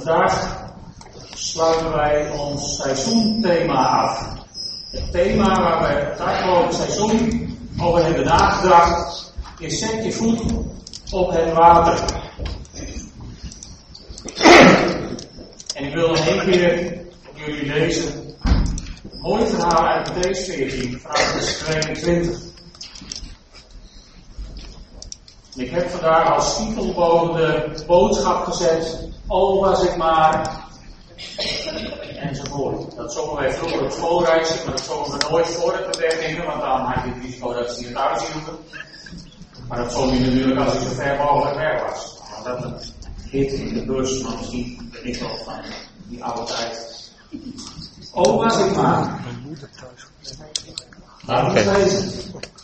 Vandaag sluiten wij ons seizoenthema af. Het thema waar we het afgelopen seizoen over hebben nagedacht is: zet je voet op het water. En ik wil nog één keer op jullie lezen een mooi verhaal uit Mattheüs 14, vanaf vers 22. En ik heb vandaag als titel boven de boodschap gezet: oh, was ik maar, enzovoort. Dat zongen wij vroeger op schoolreizen, maar dat zongen we nooit voordat we weggingen, want dan had je het risico dat ze je thuis hielden. Maar dat zong je natuurlijk als je zo ver mogelijk weg was. Want dat een hit in de bus, maar misschien ben ik wel van die oude tijd. Oh, was ik maar. Laten we het lezen.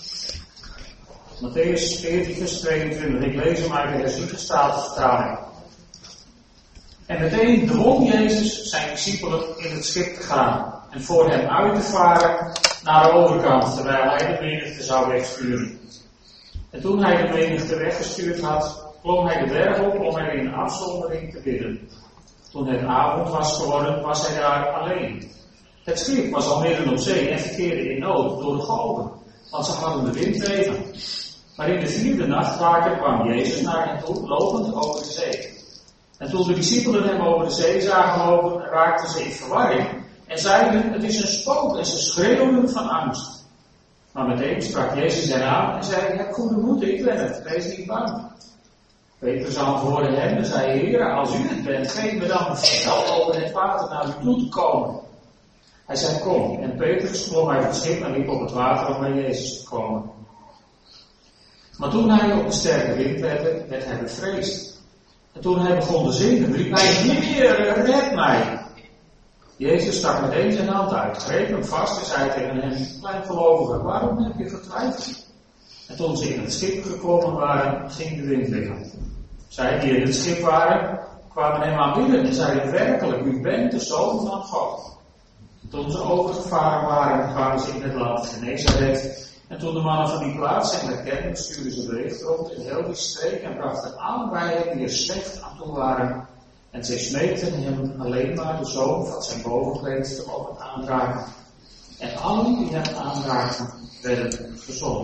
Mattheüs 14, vers 22. Ik lees hem uit de herziene statenvertaling. En meteen dwong Jezus zijn discipelen in het schip te gaan en voor hem uit te varen naar de overkant, terwijl hij de menigte zou wegsturen. En toen hij de menigte weggestuurd had, klom hij de berg op om er in afzondering te bidden. Toen het avond was geworden, was hij daar alleen. Het schip was al midden op zee en verkeerde in nood door de golven, want ze hadden de wind tegen. Maar in de 4e nachtwaker kwam Jezus naar hen toe, lopend over de zee. En toen de discipelen hem over de zee zagen lopen, raakten ze in verwarring en zeiden: het is een spook, en ze schreeuwden van angst. Maar meteen sprak Jezus hen aan en zei: heb goede moed, ik ben het, wees niet bang. Petrus antwoordde hem en zei: Heere, als u het bent, geef me dan bevel over het water naar u toe te komen. Hij zei: kom. En Petrus klom uit het schip en liep op het water om bij Jezus te komen. Maar toen hij op een sterke wind werd hij bevreesd. En toen hij begon te zingen, riep hij: Heer, red mij. Jezus stak meteen zijn hand uit, greep hem vast en zei tegen hem: kleingelovige, waarom heb je getwijfeld? En toen ze in het schip gekomen waren, ging de wind liggen. Zij die in het schip waren, kwamen hem aanbidden en zeiden: werkelijk, u bent de Zoon van God. Toen ze overgevaren waren, kwamen ze in het land Genesaret. En toen de mannen van die plaats hem herkenden, stuurden ze bericht rond in heel die streek en brachten aan bij hem die er slecht aan toe waren. En zij smeekten hem alleen maar de zoom van zijn bovenkleed te mogen aanraken. En allen die hem aanraakten, werden gezond.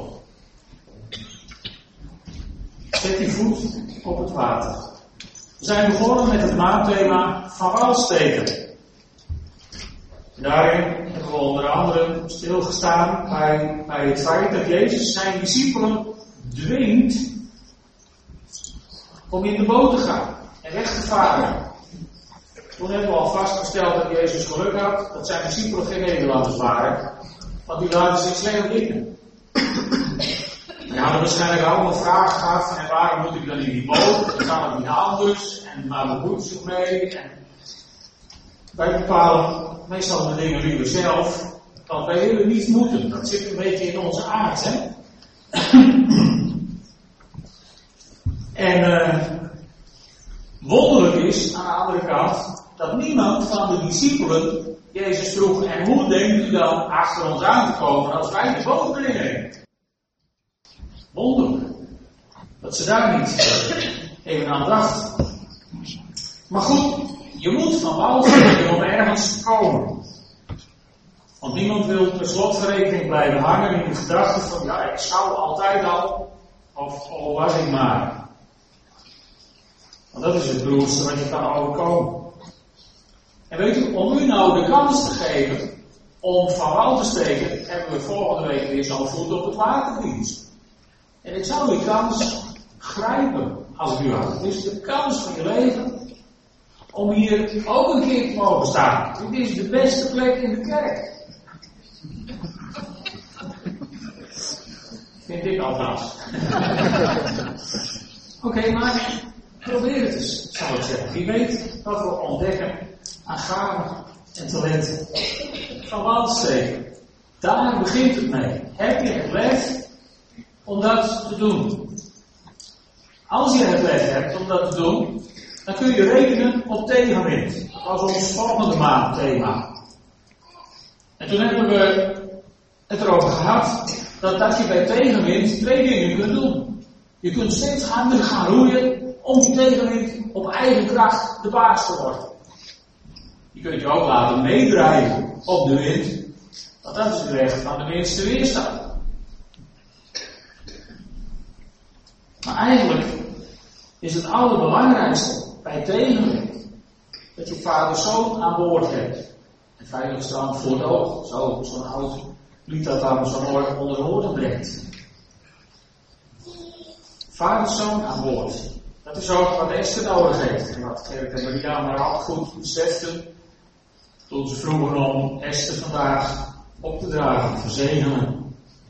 Zet die voet op het water. We zijn begonnen met het maandthema van wal steken. Daarin hebben we onder andere stilgestaan bij het feit dat Jezus zijn discipelen dwingt om in de boot te gaan en weg te varen. Toen hebben we al vastgesteld dat Jezus geluk had dat zijn discipelen geen Nederlanders waren, want die laten zich slecht dingen. Die hadden waarschijnlijk allemaal vragen gehad van: waarom moet ik dan in die boot? Dan kan het niet anders en maar bemoeit zich mee. En wij bepalen meestal de dingen liever zelf, want wij willen niet moeten. Dat zit een beetje in onze aard, hè. En wonderlijk is, aan de andere kant, dat niemand van de discipelen Jezus vroeg: en hoe denkt u dan achter ons aan te komen als wij de boot meenemen? Wonderlijk. Dat ze daar niet even aan dachten. Maar goed, je moet van wal steken om ergens te komen. Want niemand wil per slotverrekening blijven hangen in de gedachte van: ja, ik zou altijd al, of was ik maar. Want dat is het beroerdste wat je kan overkomen. En weet u, om u nou de kans te geven om van wal te steken, hebben we volgende week weer zo'n voet op het waterdienst. En ik zou die kans grijpen als ik u had. Het is de kans van je leven om hier ook een keer te mogen staan. Dit is de beste plek in de kerk. Vind ik althans. Oké, maar probeer het eens, zou ik zeggen. Wie weet wat we ontdekken aan gaven en talenten. Van wal steken. Daar begint het mee. Heb je het lef om dat te doen? Als je het lef hebt om dat te doen, dan kun je rekenen op tegenwind. Dat was ons volgende maand thema. En toen hebben we het erover gehad dat je bij tegenwind 2 dingen kunt doen. Je kunt steeds harder gaan roeien om die tegenwind op eigen kracht de baas te worden. Je kunt je ook laten meedrijven op de wind. Want dat is de weg van de minste weerstand. Maar eigenlijk is het allerbelangrijkste bij tegenwind dat je vader zoon aan boord hebt. En veilig staan voor het oog. Zo'n oud lied dat dan zo mooi onder de woorden brengt. Vader zoon aan boord. Dat is ook wat Esther nodig heeft. En wat Gerrit en Maria maar al goed beseften toen ze vroegen om Esther vandaag op te dragen, verzegenen.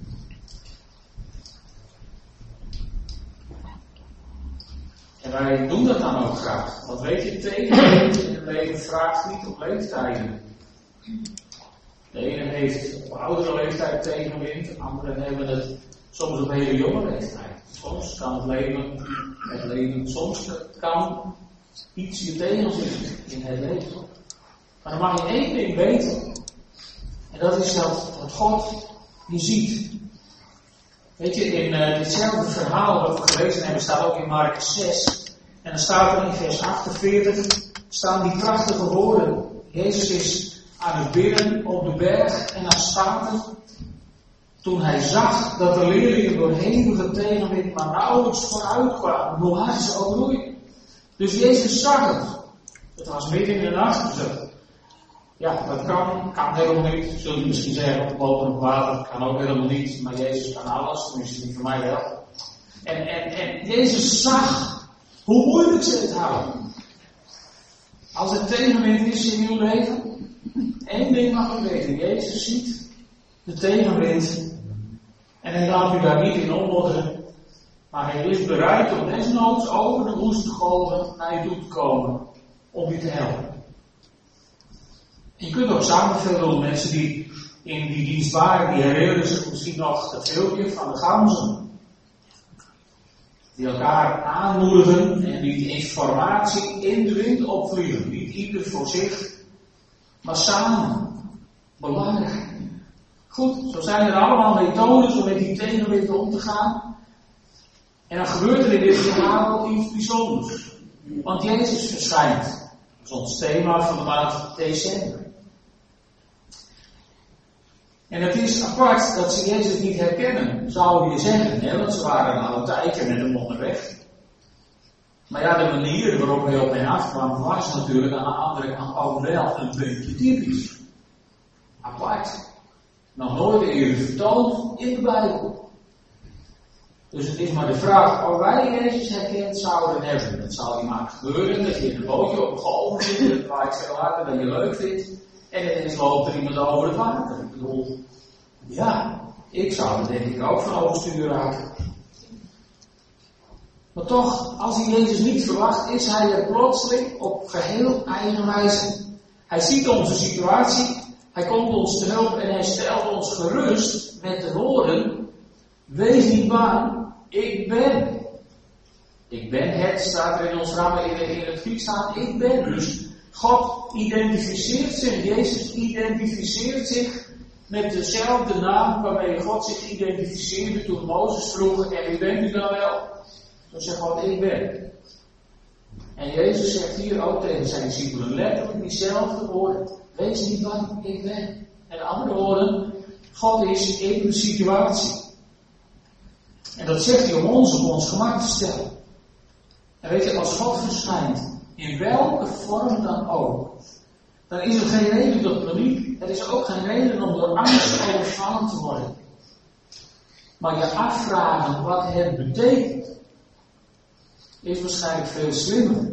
En wij doen dat dan ook graag. Want weet je, tegenwind in het leven vraagt niet op leeftijden. De ene heeft op oudere leeftijd tegenwind, anderen hebben het soms op hele jonge leeftijd. Soms kan het leven soms kan iets je tegenzitten in het leven. Maar dan mag je één ding weten. En dat is dat God je ziet. Weet je, in ditzelfde verhaal dat we gelezen hebben, staat ook in Markus 6. En dan staat er in vers 48, staan die prachtige woorden. Jezus is aan het bidden op de berg en dan staat er, toen hij zag dat de leerlingen door hevige tegenwind maar nauwelijks vooruit kwamen, hoe hard ze ook roeien. Dus Jezus zag het. Het was midden in de nacht. Dus dat kan helemaal niet. Zul je misschien zeggen, op lopend water kan ook helemaal niet. Maar Jezus kan alles, tenminste niet voor mij wel. En Jezus zag hoe moeilijk ze het houden. Als het tegenwind is in uw leven, één ding mag u weten. Jezus ziet de tegenwind. En hij laat u daar niet in ommodderen. Maar hij is bereid om desnoods over de woeste golven naar je toe te komen. Om je te helpen. En je kunt ook samen veel doen. Mensen die in die dienst waren, die herinneren zich misschien nog het filmpje van de ganzen. Die elkaar aanmoedigen en die informatie in de wind opvliegen. Niet ieder voor zich, maar samen. Belangrijk. Goed, zo zijn er allemaal methodes om met die tegenwind om te gaan. En dan gebeurt er in dit verhaal ook iets bijzonders. Want Jezus verschijnt. Dat is ons thema van de maand december. En het is apart dat ze Jezus niet herkennen, zou je zeggen. Hè? Want ze waren al een tijdje met hem onderweg. Maar ja, de manier waarop hij op hen afkwam was natuurlijk aan de andere kant ook wel een beetje typisch. Apart. Nog nooit eerder vertoond in de Bijbel. Dus het is maar de vraag of wij Jezus herkend zouden hebben. Het zal je maar gebeuren dat je in een bootje op een golf zit, het waait veel harder dan je leuk vindt. En ineens loopt er iemand over het water. Ik bedoel, ja, ik zou er denk ik ook van overstuur raken. Maar toch, als hij Jezus niet verwacht, is hij er plotseling op geheel eigen wijze. Hij ziet onze situatie, hij komt ons te hulp en hij stelt ons gerust met de woorden: wees niet bang, ik ben. Ik ben het, staat er in ons ramen in het Grieks staan, ik ben. Dus God identificeert zich, Jezus identificeert zich met dezelfde naam waarmee God zich identificeerde toen Mozes vroeg: en wie bent u dan wel? Zo zegt God: ik ben. En Jezus zegt hier ook tegen zijn discipelen letterlijk diezelfde woorden: wees niet bang, ik ben. En andere woorden, God is in de situatie. En dat zegt hij om ons op ons gemak te stellen. En weet je, als God verschijnt, in welke vorm dan ook, dan is er geen reden tot paniek. Er is ook geen reden om door angst overvallen te worden. Maar je afvragen wat het betekent, is waarschijnlijk veel slimmer.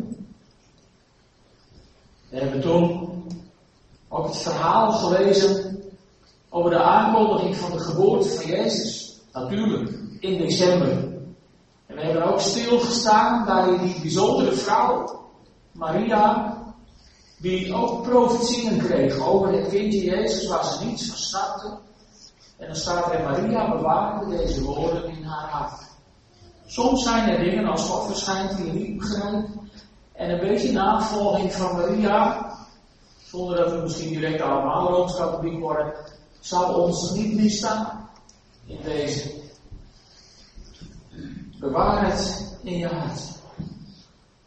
We hebben toen ook het verhaal gelezen over de aankondiging van de geboorte van Jezus. Natuurlijk, in december. En we hebben ook stilgestaan bij die bijzondere vrouw, Maria, die ook profetieën kreeg over het kindje Jezus waar ze niets van snapte. En dan staat er: Maria bewaarde deze woorden in haar hart. Soms zijn er dingen als God verschijnt die je niet begrijpt. En een beetje navolging van Maria, zonder dat we misschien direct allemaal rooms-katholiek worden, zou ons niet misstaan in deze. Bewaar het in je hart.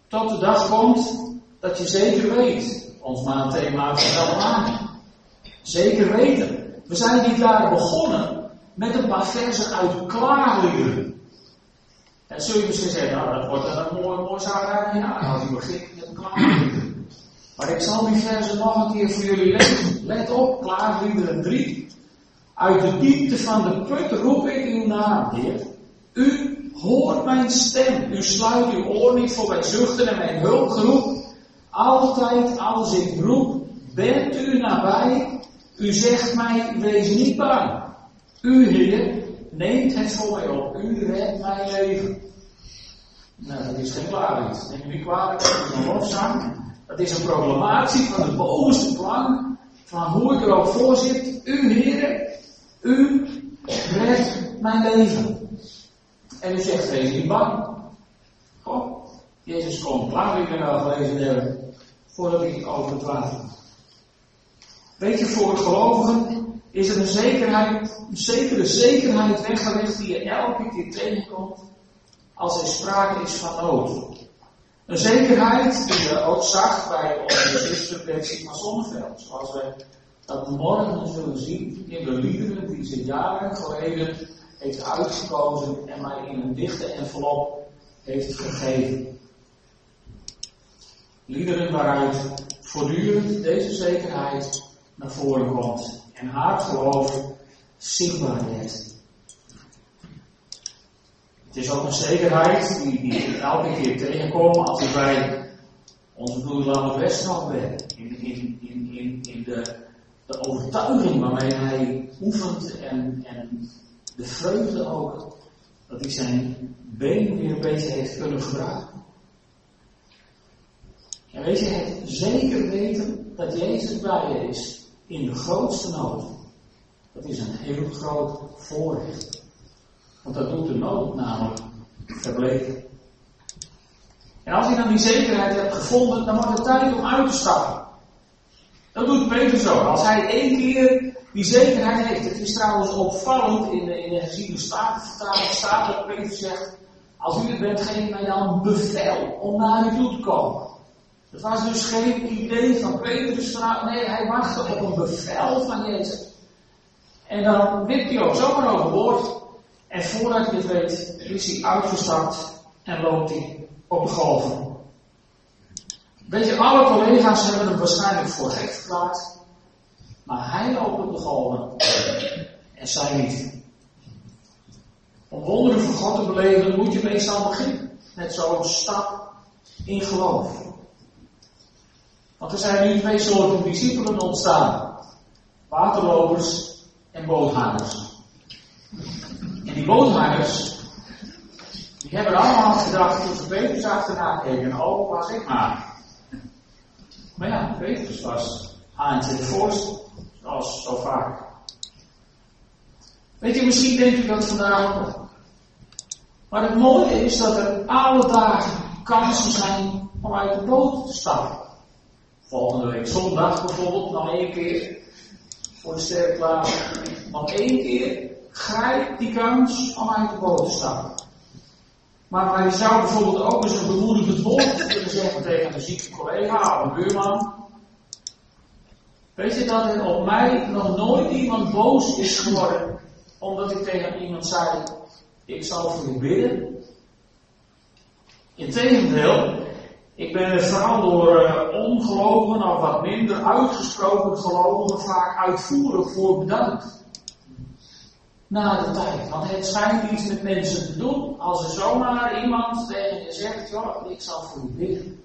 Tot de dag komt dat je zeker weet. Ons maandthema van wel aan. Zeker weten. We zijn dit jaar begonnen met een paar versen uit Klaagliederen. En zul je misschien zeggen, nou dat wordt een mooi zaak jaar als je begint met Klaagliederen. Maar ik zal die versen nog een keer voor jullie lezen. Let op, Klaagliederen 3. Uit de diepte van de put roep ik uw naam, Heer. U hoort mijn stem. U sluit uw oor niet voor mijn zuchten en mijn hulpgeroep. Altijd als ik roep, bent u nabij. U zegt mij, wees niet bang. U, Heer, neemt het voor mij op. U redt mijn leven. Nou, dat is geen Klaaglied. Neem je niet kwalijk, dat is een lofzang. Dat is een proclamatie van de bovenste plank. Van hoe ik er ook voor zit. U, Heer, u redt mijn leven. En u zegt, wees niet bang. Goh, Jezus kon Klaagliederen nou gelezen hebben. Voordat ik over het water. Weet je, voor het gelovigen is er een zekere zekerheid weggelegd die je elke keer tegenkomt als er sprake is van nood. Een zekerheid die je ook zag bij onze zuster Betsy van Zonneveld. Zoals we dat morgen zullen zien in de liederen die ze jaren geleden heeft uitgekozen en mij in een dichte envelop heeft gegeven. Liederen waaruit voortdurend deze zekerheid naar voren komt en haar geloof zichtbaar werd. Het is ook een zekerheid die we elke keer tegenkomen als we bij onze broeder Lambert Westhoff bent. In de overtuiging waarmee hij oefent en de vreugde ook dat hij zijn been weer een beetje heeft kunnen gebruiken. En weet je, het zeker weten dat Jezus bij je is in de grootste nood. Dat is een heel groot voorrecht. Want dat doet de nood namelijk verbleken. En als je dan die zekerheid hebt gevonden, dan wordt het tijd om uit te stappen. Dat doet Peter zo. Als hij één keer die zekerheid heeft. Het is trouwens opvallend in de herziene statenvertaling staat dat Peter zegt, als u het bent, geef mij dan bevel om naar u toe te komen. Het was dus geen idee van Petrus vanuit, nee, hij wachtte op een bevel van Jezus. En dan wipt hij ook zomaar overboord. En voordat je het weet, is hij uitgestapt en loopt hij op de golven. Weet je, alle collega's hebben hem waarschijnlijk voor gek verklaard. Maar hij loopt op de golven en zij niet. Om wonderen van God te beleven moet je meestal beginnen met zo'n stap in geloof. Want er zijn nu twee soorten discipelen ontstaan. Waterlopers en boothangers. En die boothangers, die hebben allemaal gedacht toen ze Petrus achterna keken, oh, was ik maar. Maar ja, Petrus was haantje de voorste, zoals zo vaak. Weet je, misschien denkt u dat vandaag ook. Maar het mooie is dat er alle dagen kansen zijn om uit de boot te stappen. Volgende week zondag bijvoorbeeld, nog 1 keer voor de sterrenklaar. Nog 1 keer grijp die kans om uit de boot te stappen. Maar je zou bijvoorbeeld ook eens een bemoedigend woord kunnen zeggen tegen een zieke collega of een buurman. Weet je dat er op mij nog nooit iemand boos is geworden omdat ik tegen iemand zei, ik zal voor je bidden? Integendeel, ik ben er vooral door ongelovigen of wat minder uitgesproken gelovigen vaak uitvoerig voor bedankt. Na de tijd. Want het schijnt iets met mensen te doen. Als er zomaar iemand tegen je zegt, joh, ik zal voor je bidden.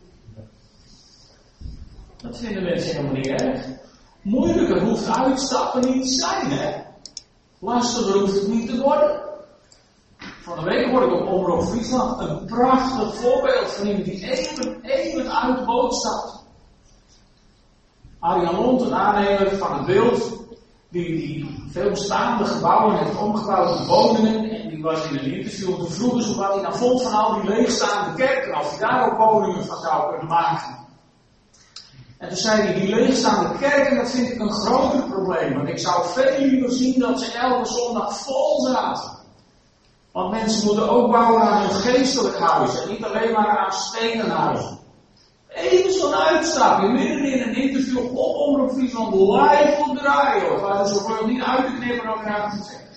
Dat vinden mensen helemaal niet erg. Moeilijker hoeft uitstappen niet te zijn, hè. Lastiger hoeft het niet te worden. Van de week hoorde ik op Omroep Friesland een prachtig voorbeeld van iemand die even uit de boot stapt. Arjan Lont, een aannemer van het beeld, die veel bestaande gebouwen heeft omgebouwd tot woningen. En die was in een interview te vroegen ze wat hij nou vond van al die leegstaande kerken. Of hij daar ook woningen van zou kunnen maken. En toen zei hij, die leegstaande kerken, dat vind ik een groter probleem. Want ik zou veel liever zien dat ze elke zondag vol zaten. Want mensen moeten ook bouwen aan hun geestelijk huis en niet alleen maar aan stenen huizen. Even zo'n uitstapje, midden in een interview op Omroep Friesland live op de radio. Het was dus zoveel niet uit te knippen dan eruit te zeggen.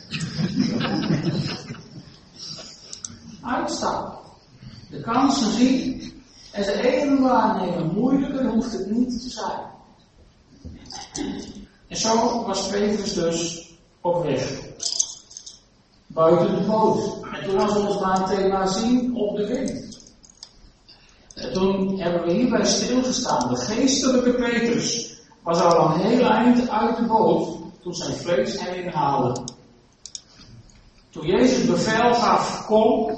Uitstapje. De kansen zien en ze even waarnemen. Moeilijker hoeft het niet te zijn. En zo was Petrus dus op weg. Buiten de boot. En toen was ons maandthema zien op de wind. En toen hebben we hierbij stilgestaan. De geestelijke Petrus was al een heel eind uit de boot toen zijn vlees hem inhaalde. Toen Jezus bevel gaf, kom.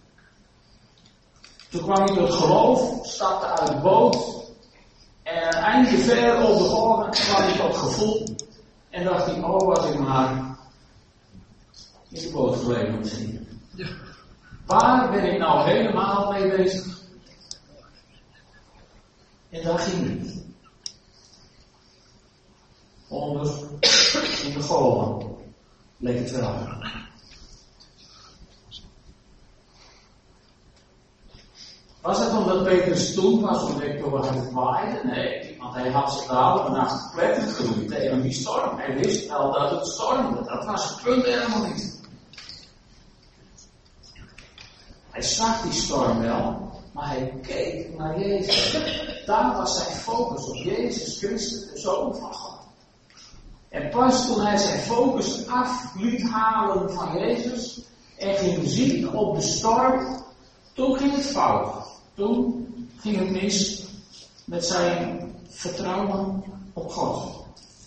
Toen kwam hij tot geloof, stapte uit de boot. En een eindje ver op de golven kwam hij tot gevoel. En dacht hij, oh was ik maar in de boot gebleven misschien. Waar ben ik nou helemaal mee bezig? En daar ging het. Onder in de golven leek het wel. Was het omdat Petrus toen pas ontdekte hoe hard het waaide? Nee, want hij had zich de oude nacht gepletterd geroeid tegen die storm. Hij wist wel dat het stormde. Dat was het punt helemaal niet. Hij zag die storm wel, maar hij keek naar Jezus. Daar was zijn focus op Jezus Christus, de Zoon van God. En pas toen hij zijn focus af liet halen van Jezus en ging zien op de storm, toen ging het fout. Toen ging het mis met zijn vertrouwen op God.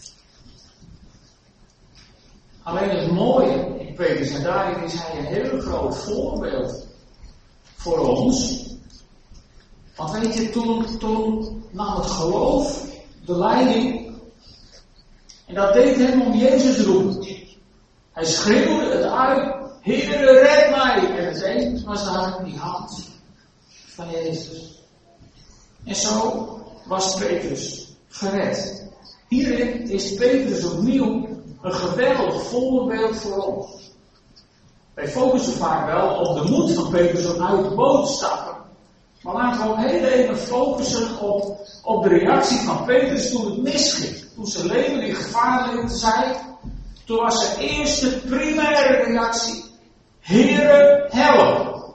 Alleen het mooie in Petrus, en daarin is hij een heel groot voorbeeld voor ons. Want weet je, toen nam het geloof de leiding. En dat deed hem om Jezus roepen. Hij schreeuwde het uit. Heere, red mij! En het enige was daar die hand van Jezus. En zo was Petrus gered. Hierin is Petrus opnieuw een geweldig voorbeeld voor ons. Wij focussen vaak wel op de moed van Petrus om uit de boot te stappen. Maar laten we ook heel even focussen op de reactie van Petrus toen het misging. Toen zijn leven in gevaar leek te zijn. Toen was zijn eerste primaire reactie: Heere, help!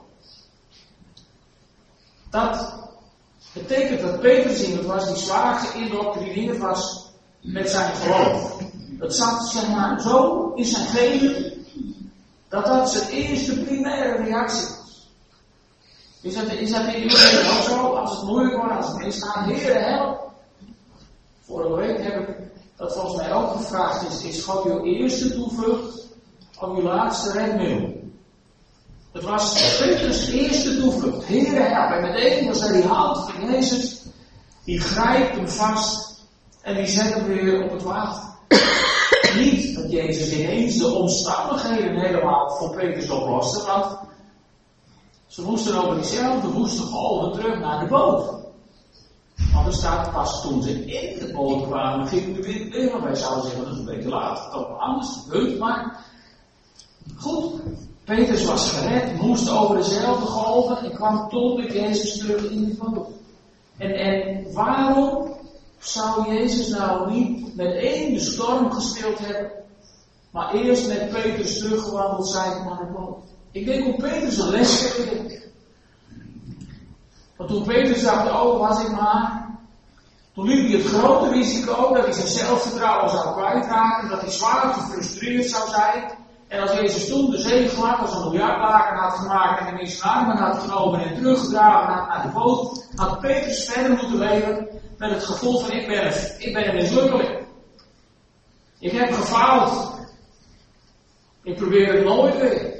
Dat betekent dat Petrus iemand was die zwaar geïndoctrineerd was met zijn geloof. Het zat zeg maar zo in zijn genen dat zijn eerste primaire reactie was. Is dat in jullie leven ook zo? Als het moeilijk wordt, als het misgaat, Heere, help! Vorige week heb ik dat volgens mij ook gevraagd. Is God uw eerste toevlucht of uw laatste redmiddel? Het was Petrus' eerste toevlucht. Heere, help! En meteen was er die hand van Jezus. Die grijpt hem vast. En die zet hem weer op het water. Niet dat Jezus ineens de omstandigheden helemaal voor Petrus oploste. Want ze moesten over diezelfde woeste golven terug naar de boot. Want er staat pas toen ze in de boot kwamen, gingen de wind liggen. Wij zouden zeggen, dat is een beetje laat, toch anders gebeurd. Maar goed, Petrus was gered, moest over dezelfde golven en kwam toen met Jezus terug in de boot. En waarom zou Jezus nou niet met één de storm gestild hebben, maar eerst met Petrus teruggewandeld zijn naar de boot? Ik denk hoe Petrus een les kreeg. Want toen Petrus dacht, oh was ik maar, toen liep hij het grote risico dat hij zijn zelfvertrouwen zou kwijtraken, dat hij zwaar gefrustreerd zou zijn. En als Jezus toen de zee glad als een miljardlaken had gemaakt en hem in zijn armen had genomen en teruggedragen had naar de boot, had Petrus verder moeten leven met het gevoel van ik ben een mislukkeling. Ik heb gefaald. Ik probeer het nooit weer.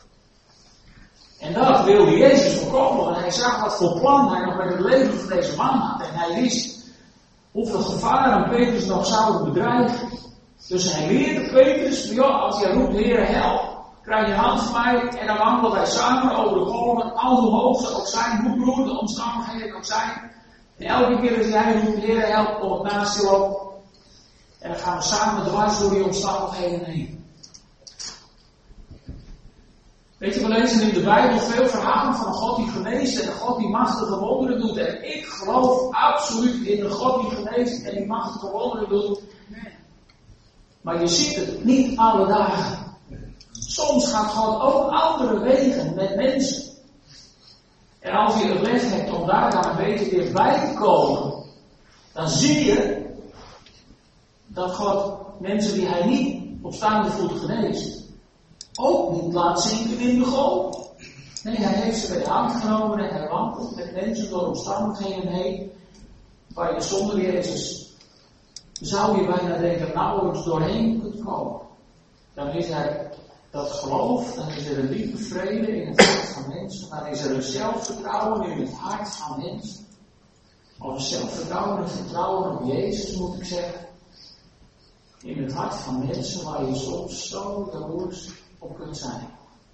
En dat wilde Jezus voorkomen, want hij zag wat voor plan hij nog met het leven van deze man had. En hij wist hoeveel gevaren Petrus nog zouden bedreigen. Dus hij leerde Petrus, joh, als jij roept, Heere, help, krijg je hand van mij en dan wandelen wij samen over de golven, al hoe hoog ze ook zijn, hoe bloed de omstandigheden ook zijn. En elke keer als jij roept, Heere, help, kom ik naast je op. En dan gaan we samen dwars door die omstandigheden heen. Weet je, we lezen in de Bijbel veel verhalen van een God die geneest en een God die machtige wonderen doet. En ik geloof absoluut in een God die geneest en die machtige wonderen doet. Maar je ziet het niet alle dagen. Soms gaat God ook andere wegen met mensen. En als je het lef hebt om daar dan een beetje weer bij te komen, dan zie je dat God mensen die hij niet op staande voet geneest, ook niet laat zinken in de golf. Nee, hij heeft ze bij de hand genomen en hij wandelt met mensen door omstandigheden heen, waar je zonder Jezus, zou je bijna denken, nauwelijks doorheen kunt komen. Dan is er dat geloof, dan is er een diepe vrede in het hart van mensen, dan is er een zelfvertrouwen in het hart van mensen. Of een zelfvertrouwen en vertrouwen op Jezus, moet ik zeggen. In het hart van mensen waar je soms zo jaloers op kunt zijn.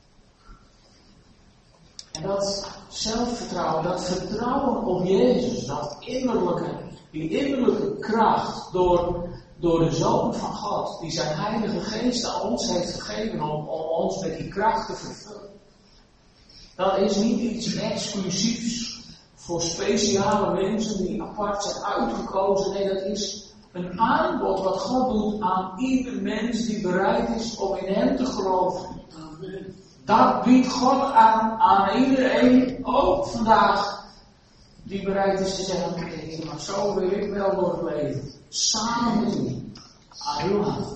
En dat zelfvertrouwen, dat vertrouwen op Jezus, die innerlijke kracht door de Zoon van God, die zijn Heilige Geest aan ons heeft gegeven om ons met die kracht te vervullen. Dat is niet iets exclusiefs voor speciale mensen die apart zijn uitgekozen. Nee, dat is een aanbod wat God doet aan ieder mens die bereid is om in hem te geloven. Dat biedt God aan iedereen, ook vandaag, die bereid is te zeggen, Heer, maar zo wil ik wel door het leven. Samen met u, aan uw hand.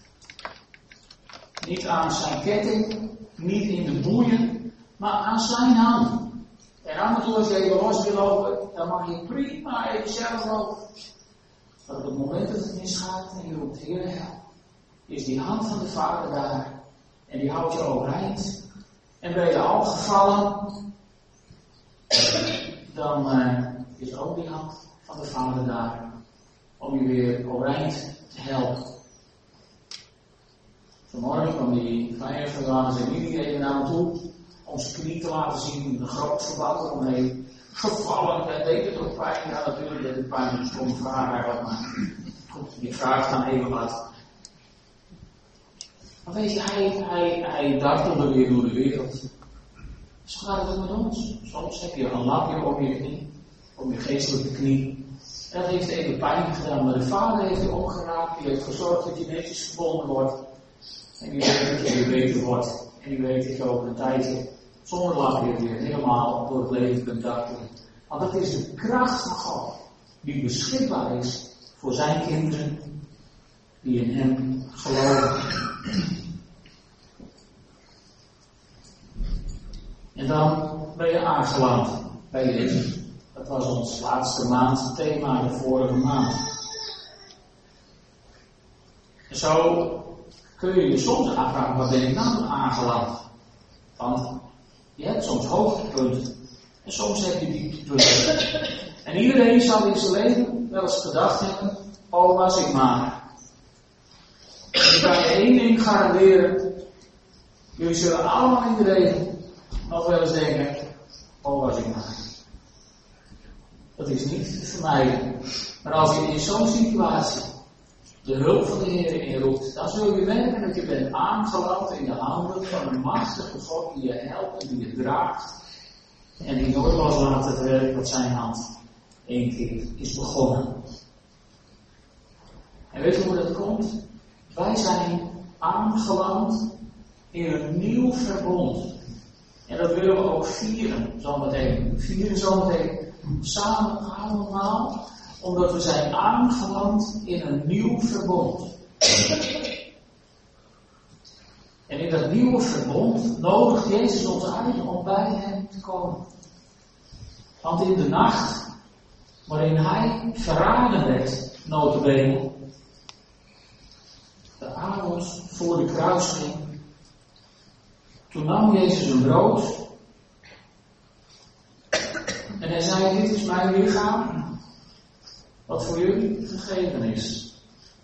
Niet aan zijn ketting, niet in de boeien, maar aan zijn hand. En af en toe als je even los wil lopen, dan mag je prima even zelf lopen. Maar op het moment dat het misgaat en je roept, Heer, help, is die hand van de Vader daar. En die houdt je overeind. En ben je al gevallen, dan is ook die hand van de Vader daar. Om je weer overeind te helpen. Vanmorgen kwam die kleine van Johannes en Emilie even naar me toe. Om zijn knie te laten zien. Een groot verband eromheen. Gevallen, dat deed het ook pijn. Ja, natuurlijk deed het pijn. Dat is een vraag eigenlijk. Maar goed, je vraagt dan even wat. Maar weet je, hij dartelde weer door de wereld. Zo gaat het ook met ons. Soms heb je een lapje om je knie. Om je geestelijke knie. En dat heeft even pijn gedaan. Maar de Vader heeft je omgeraakt. Die heeft gezorgd dat je netjes verbonden wordt. En die weet dat je weer beter wordt. En die weet dat je over een tijdje zonder lapje weer helemaal door het leven kunt dartelen. Want dat is de kracht van God. Die beschikbaar is voor zijn kinderen. Die in hem geloven. En dan ben je aangeland bij Jezus. Dat was ons laatste maand thema, de vorige maand. En zo kun je je soms afvragen, wat ben ik nou aangeland? Want je hebt soms hoogtepunten. En soms heb je dieptepunten. En iedereen zal in zijn leven wel eens gedacht hebben, oh was ik maar. En ik kan je één ding garanderen. Jullie zullen allemaal in de leven nog wel eens denken, oh was ik maar. Dat is niet te vermijden. Maar als je in zo'n situatie de hulp van de Heer inroept, dan zul je merken dat je bent aangeland in de handen van een machtige God die je helpt en die je draagt. En die nooit loslaat het werk wat zijn hand één keer is begonnen. En weet je hoe dat komt? Wij zijn aangeland in een nieuw verbond. En dat willen we ook vieren zometeen. We vieren zometeen samen allemaal, omdat we zijn aangeland in een nieuw verbond. En in dat nieuwe verbond nodigt Jezus ons uit om bij hem te komen. Want in de nacht waarin hij verraden werd, nota bene, de avond voor de kruisiging, toen nam Jezus een brood en hij zei, dit is mijn lichaam, wat voor jullie gegeven is.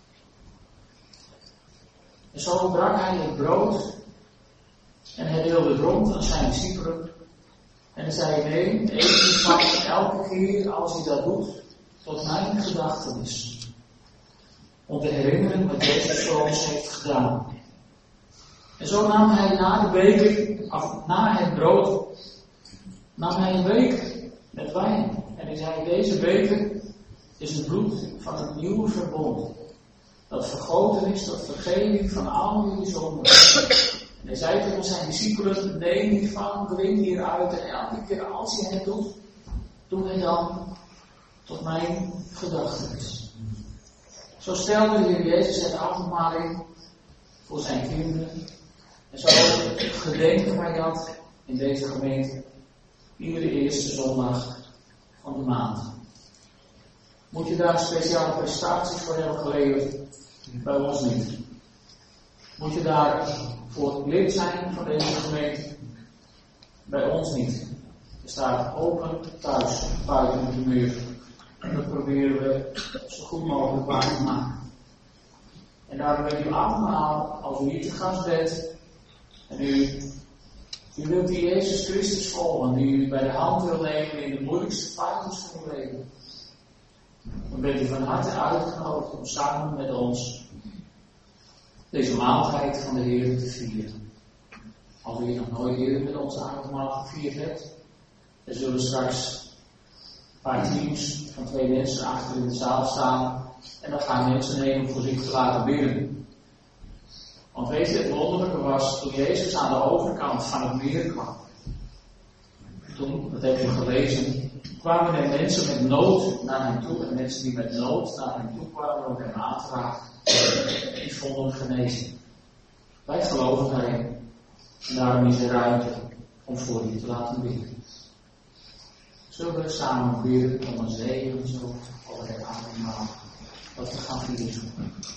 En zo brak hij het brood en hij deelde het rond aan zijn discipelen. En hij zei, neem, eet hiervan elke keer als hij dat doet, tot mijn gedachtenis. Om te herinneren wat Jezus voor ons heeft gedaan. En zo nam hij na de beker na het brood nam hij een beker met wijn. En hij zei, deze beker is het bloed van het nieuwe verbond. Dat vergoten is tot vergeving van al jullie zonden. En hij zei tegen zijn discipelen, neem hiervan, drink hieruit. En elke keer als hij het doet, doe hij dan tot mijn gedachtenis. Zo stelde de Heer Jezus het avondmaal in voor zijn kinderen. En zo gedenken wij dat in deze gemeente iedere eerste zondag van de maand. Moet je daar speciale prestaties voor hebben geleverd? Bij ons niet. Moet je daar voor lid zijn van deze gemeente? Bij ons niet. Er staat open thuis, buiten de muur. En dat proberen we zo goed mogelijk waar te maken. En daarom bent u allemaal, als u hier te gast bent, en u wilt die Jezus Christus volgen, die u bij de hand wil nemen in de moeilijkste fases van uw leven, dan bent u van harte uitgenodigd om samen met ons deze maaltijd van de Heer te vieren. Als u nog nooit eerder met ons avondmaal gevierd hebt, er zullen straks een paar teams van 2 mensen achter in de zaal staan en dan gaan mensen nemen voor zich te laten bidden. Want weet je, het wonderlijke was toen Jezus aan de overkant van het meer kwam. Toen, dat heb je gelezen, kwamen er mensen met nood naar hem toe. En mensen die met nood naar hem toe kwamen om hem aan te raken, die vonden hem genezen. Wij geloven daarin. En daarom is er ruimte om voor je te laten bidden. Zullen we samen bidden om een zegen zo over het avondmaal wat we gaan vieren.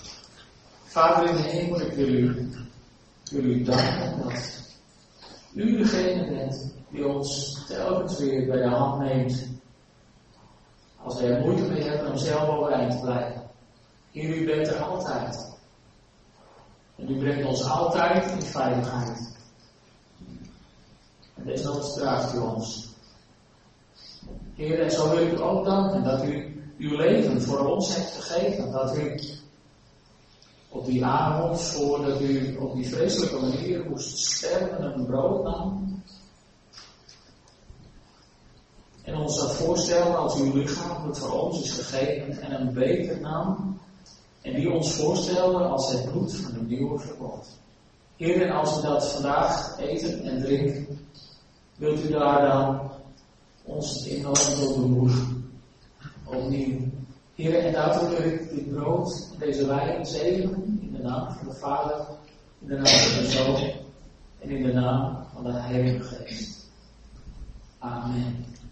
Vader in de hemel, ik wil u danken dat u degene bent die ons telkens weer bij de hand neemt. Als wij er moeite mee hebben om zelf overeind te blijven. Heer, u bent er altijd. En u brengt ons altijd in veiligheid. En desnoods draagt u ons. Heer, en zo wil ik u ook danken dat u uw leven voor ons hebt gegeven. Dat u op die avond, voordat u op die vreselijke manier moest sterven, een brood nam. En ons dat voorstelde als uw lichaam dat voor ons is gegeven en een beker nam. En die ons voorstelde als het bloed van het nieuwe verbond. Heer, en als we dat vandaag eten en drinken, wilt u daar dan ons enorm door bemoedigen. Opnieuw. Heer, en daarvoor wil ik dit brood, deze wijn zegenen in de naam van de Vader, in de naam van de Zoon en in de naam van de Heilige Geest. Amen.